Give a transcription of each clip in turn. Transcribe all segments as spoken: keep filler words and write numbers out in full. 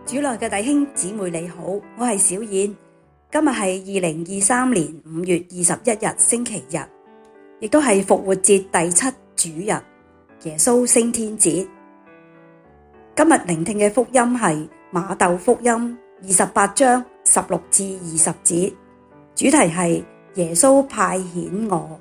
主內嘅弟兄姊妹你好，我係小燕。今日係二零二三年五月二十一日星期日，亦都係復活節第七主日，耶穌升天節。今日聆聽嘅福音係馬竇福音二十八章十六至二十節，主題係耶穌派遣我。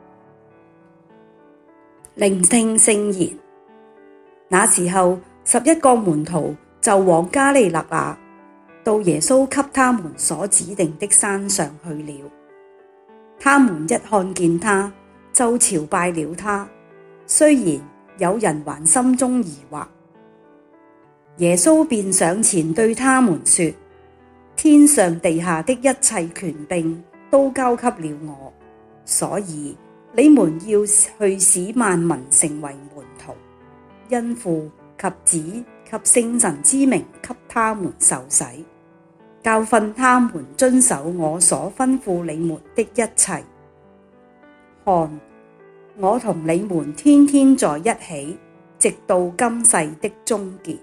聆聽聖言。那時候，十一個門徒就往加里肋亞，到耶穌給他們所指定的山上去了。他們一看見他，就朝拜了他，雖然有人還心中疑惑。耶穌便上前對他們說：天上地下的一切權柄都交給了我，所以你們要去使萬民成為門徒，因父及子及聖神之名給他們受洗，教訓他們遵守我所吩咐你們的一切。看，我同你們天天在一起，直到今世的終結。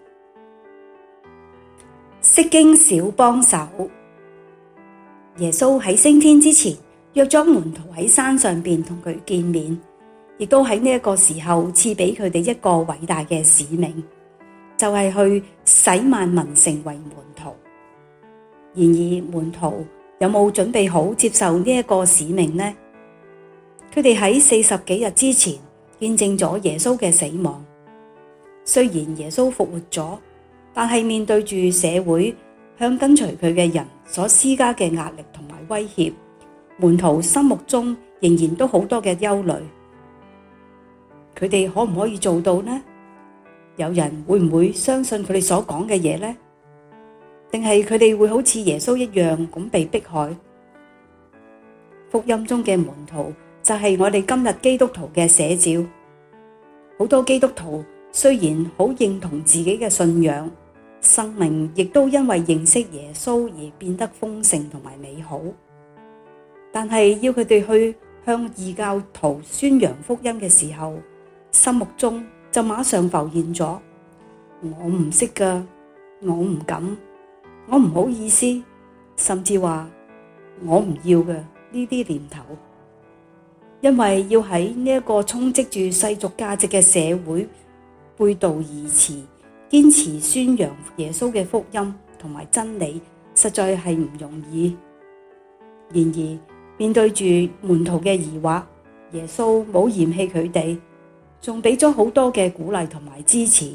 釋經小幫手。耶穌喺升天之前約咗門徒喺山上邊同佢見面，亦都喺呢一個時候賜俾佢哋一個偉大嘅使命，就係去使萬民成為門徒。然而門徒有冇準備好接受呢一個使命呢？佢哋喺四十幾日之前見證咗耶穌嘅死亡。雖然耶穌復活咗，但係面對住社會向跟隨佢嘅人所施加嘅壓力同埋威脅，門徒心目中仍然都好多嘅憂慮。佢哋可唔可以做到呢？有人會唔會相信佢哋所講嘅嘢呢？定係佢哋會好似耶穌一樣咁被迫害？福音中嘅門徒就係我哋今日基督徒嘅寫照。好多基督徒雖然好認同自己嘅信仰，生命亦都因為認識耶穌而變得豐盛同埋美好，但係要佢哋去向異教徒宣揚福音嘅時候，心目中就馬上浮現咗：我唔識㗎，我唔敢，我唔好意思，甚至話我唔要嘅呢啲念頭。因為要喺呢一個充斥住世俗價值嘅社會背道而馳，堅持宣揚耶穌嘅福音同埋真理，實在係唔容易。然而面對住門徒嘅疑惑，耶穌冇嫌棄佢哋，仲俾咗好多嘅鼓勵同埋支持。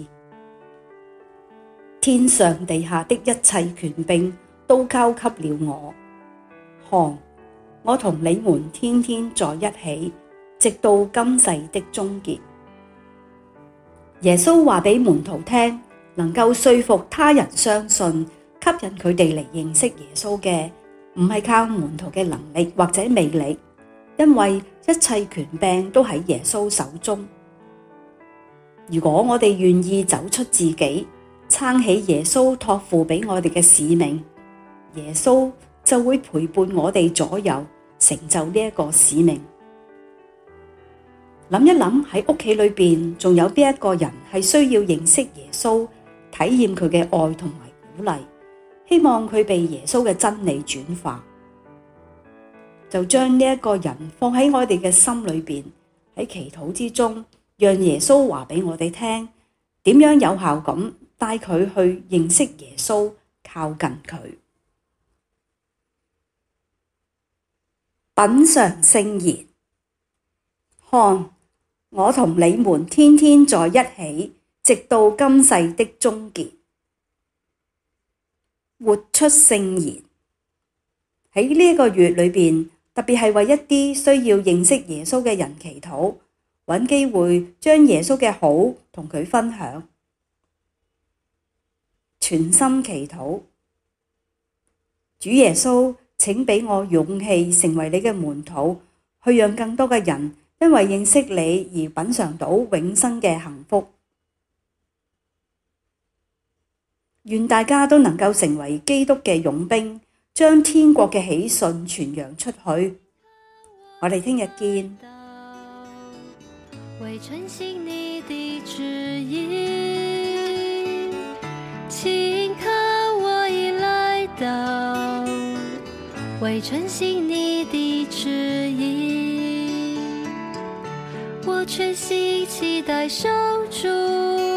天上地下的一切權柄都交給了我，看，我同你們天天在一起，直到今世的終結。耶穌話俾門徒聽，能夠說服他人相信，吸引佢哋嚟認識耶穌嘅，唔係靠門徒嘅能力或者魅力，因為一切權柄都喺耶穌手中。如果我哋願意走出自己，撐起耶穌託付俾我哋嘅使命，耶穌就會陪伴我哋左右，成就呢一個使命。諗一諗，喺屋企裏邊仲有邊一個人係需要認識耶穌，體驗佢嘅愛同埋鼓勵，希望佢被耶穌嘅真理轉化，就將呢一個人放喺我哋嘅心裏邊，喺祈禱之中，讓耶穌話俾我哋聽，點樣有效咁帶佢去認識耶穌，靠近佢。品嚐聖言。看，我同你們天天在一起，直到今世的終結。活出聖言。喺呢一個月裏邊，特別係為一啲需要認識耶穌嘅人祈禱，搵機會將耶穌嘅好同佢分享。全心祈禱。主耶穌，請俾我勇氣成為你嘅門徒，去讓更多嘅人因為認識你而品嚐到永生嘅幸福。願大家都能夠成為基督嘅勇兵，將天國嘅喜訊傳揚出去。我哋聽日見。為承行你的旨意，請看会遵行你的旨意。我全心期待守住